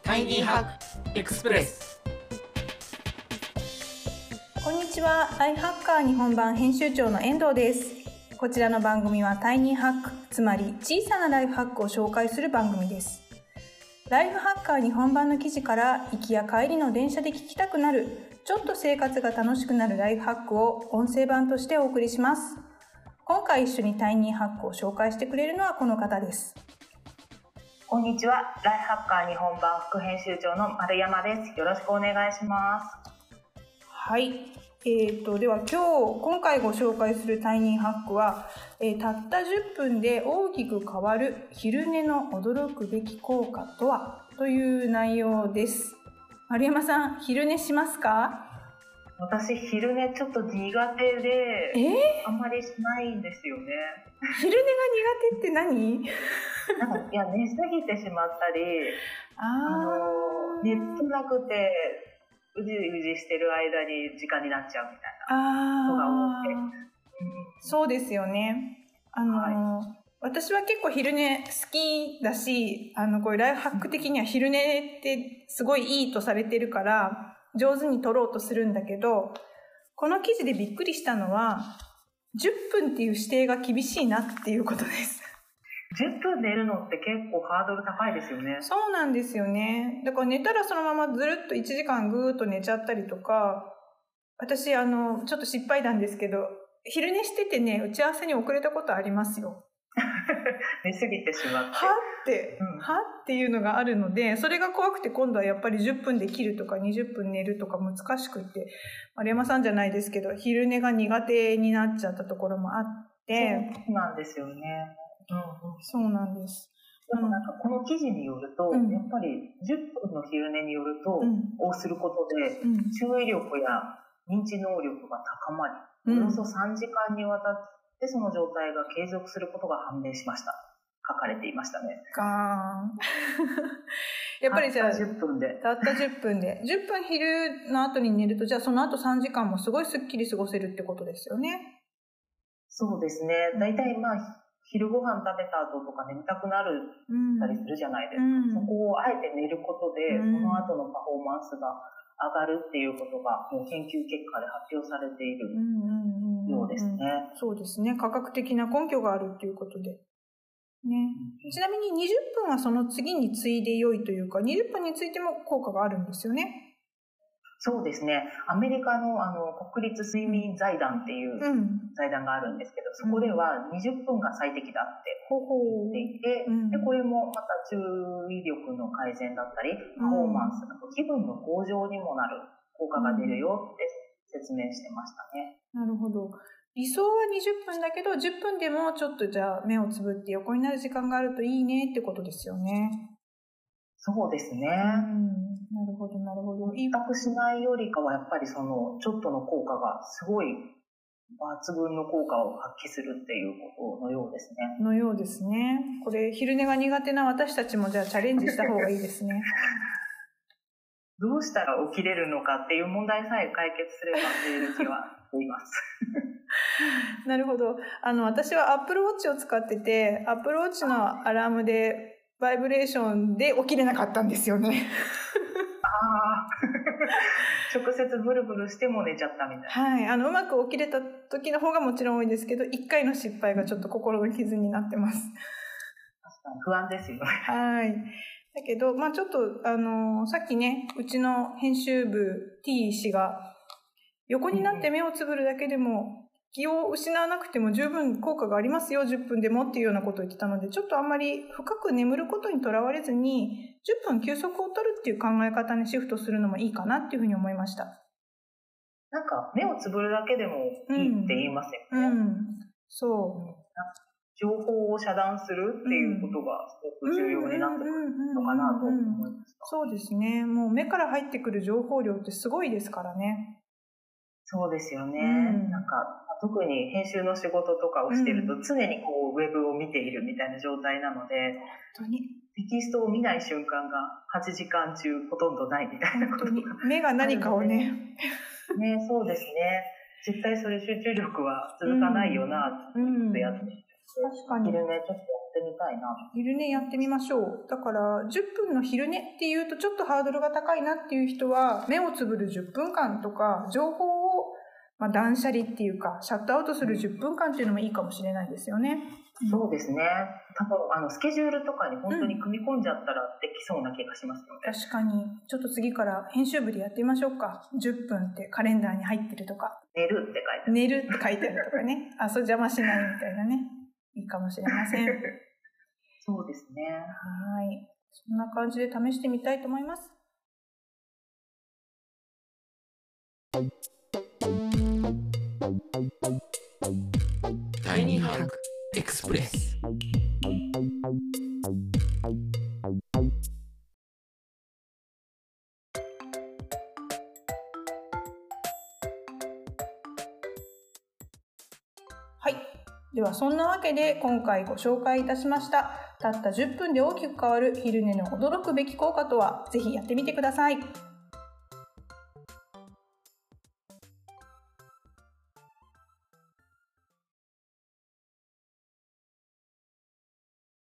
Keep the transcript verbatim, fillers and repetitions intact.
タイニーハックエクスプレス。 こんにちは、ライフハッカー日本版編集長の遠藤です。こちらの番組はタイニーハック、つまり小さなライフハックを紹介する番組です。ライフハッカー日本版の記事から行きや帰りの電車で聞きたくなる、ちょっと生活が楽しくなるライフハックを音声版としてお送りします。今回一緒にタイニーハックを紹介してくれるのはこの方です。 こんにちは、ライフハッカー日本版副編集長の丸山です。よろしくお願いします。 はい、えーと、では今日今回ご紹介するタイニーハックは、えー、たったじゅっぷんで大きく変わる昼寝の驚くべき効果とはという内容です。丸山さん、昼寝しますか？ 私、昼寝ちょっと苦手で、 えー、 あんまりしないんですよね。 昼寝が苦手って何？ なんかいや寝すぎてしまったり、ああの寝つなくてうじうじしてる間に時間になっちゃうみたいなことが多くて、うん、 そうですよね。あの、 はい、 私は結構昼寝好きだし、あのこういうライフハック的には昼寝ってすごいいいとされてるから上手に取ろうとするんだけど、この記事でびっくりしたのはじゅっぷんっていう指定が厳しいなっていうことです。 じゅっぷん寝るのって結構ハードル高いですよね。 そうなんですよね。だから寝たらそのままずるっといちじかんぐーっと寝ちゃったりとか、私あのちょっと失敗談ですけど、昼寝しててね、打ち合わせに遅れたことありますよ。 寝すぎてしまってはって、うん、はっていうのがあるので、それが怖くて今度はやっぱりじゅっぷんで切るとかにじゅっぷん寝るとか難しくって、丸山さんじゃないですけど昼寝が苦手になっちゃったところもあって。 そうなんですよね。うんうん、 そうなんです。 でもなんかこの記事によると、うん、やっぱりじゅっぷんの昼寝によると、うん、をすることで、うん、注意力や認知能力が高まり、およそさんじかんにわたってその状態が継続することが判明しました。書かれていましたね。 ガーンやっぱりじゃあたったじゅっぷんでたったじゅっぷんでじゅっぷん昼の後に寝ると、じゃあその後さんじかんもすごいスッキリ過ごせるってことですよね。 そうですね。だいたいまあ昼ご飯食べた後とか眠たくなるたりするじゃないですか、うん、そこをあえて寝ることで、うん、その後のパフォーマンスが上がるっていうことがもう研究結果で発表されているようですね。 そうですね。科学的な根拠があるっていうことでね、うん、ちなみににじゅっぷんはその次に次いで良いというか、にじゅっぷんについても効果があるんですよね。 そうですね。アメリカ の, あの国立睡眠財団っていう財団があるんですけど、うん、そこではにじゅっぷんが最適だって言っていて、うん、でこれもまた注意力の改善だったり、パフォーマンス、あと気分の向上にもなる効果が出るよって説明してましたね。 なるほど。理想はにじゅっぷんだけど、じゅっぷんでもちょっとじゃあ目をつぶって横になる時間があるといいねってことですよね。 そうですね。 うんなるほど、なるほど。 全くしないよりかは、やっぱりその、ちょっとの効果がすごい抜群の効果を発揮するっていうことのようですね。 のようですね。これ、昼寝が苦手な私たちもじゃあチャレンジした方がいいですね。 どうしたら起きれるのかっていう問題さえ解決すればという気はしています。 なるほど。あの、私は Apple Watch を使ってて、Apple Watch のアラームで、バイブレーションで起きれなかったんですよね。 あ直接ブルブルしても寝ちゃったみたいな。 はい。あの、うまく起きれた時の方がもちろん多いですけど、いっかいの失敗がちょっと心の傷になってます。 確かに不安ですよね。 はい。だけど、まあちょっと、あの、さっきね、うちの編集部 T 氏が、横になって目をつぶるだけでも、気を失わなくても十分効果がありますよ、じゅっぷんでもっていうようなことを言ってたので、ちょっとあんまり深く眠ることにとらわれずに、じゅっぷん休息を取るっていう考え方にシフトするのもいいかなっていうふうに思いました。 なんか目をつぶるだけでもいいって言いますよね。 うん、うん、そう。 情報を遮断するっていうことがすごく重要になってくるのかなと思いました。 そうですね。もう目から入ってくる情報量ってすごいですからね。 そうですよね。うん、なんか特に編集の仕事とかをしていると、うん、常にこうウェブを見ているみたいな状態なので、 本当にテキストを見ない瞬間がはちじかん中ほとんどないみたいなことが目が何かをねね、そうですね。絶対それ集中力は続かないよなってやって、うん、 確かに昼寝ちょっとってみたいな。 昼寝やってみましょう。だからじゅっぷんの昼寝っていうとちょっとハードルが高いなっていう人は、目をつぶるじゅっぷんかんとか、情報をまあ断捨離っていうかシャットアウトするじゅっぷんかんっていうのもいいかもしれないですよね。 そうですね。多分あのスケジュールとかに本当に組み込んじゃったらできそうな気がしますよね。 うん、確かに。ちょっと次から編集部でやってみましょうか。じゅっぷんってカレンダーに入ってるとか。 寝るって書いてある。 寝るって書いてあるとかね。あ、それ邪魔しないみたいなね。いいかもしれません。 そうですね。 はい。そんな感じで試してみたいと思います。 タイニーハックエクスプレス。 はい。ではそんなわけで今回ご紹介いたしましたたったじゅっぷんで大きく変わる昼寝の驚くべき効果とは、ぜひやってみてください。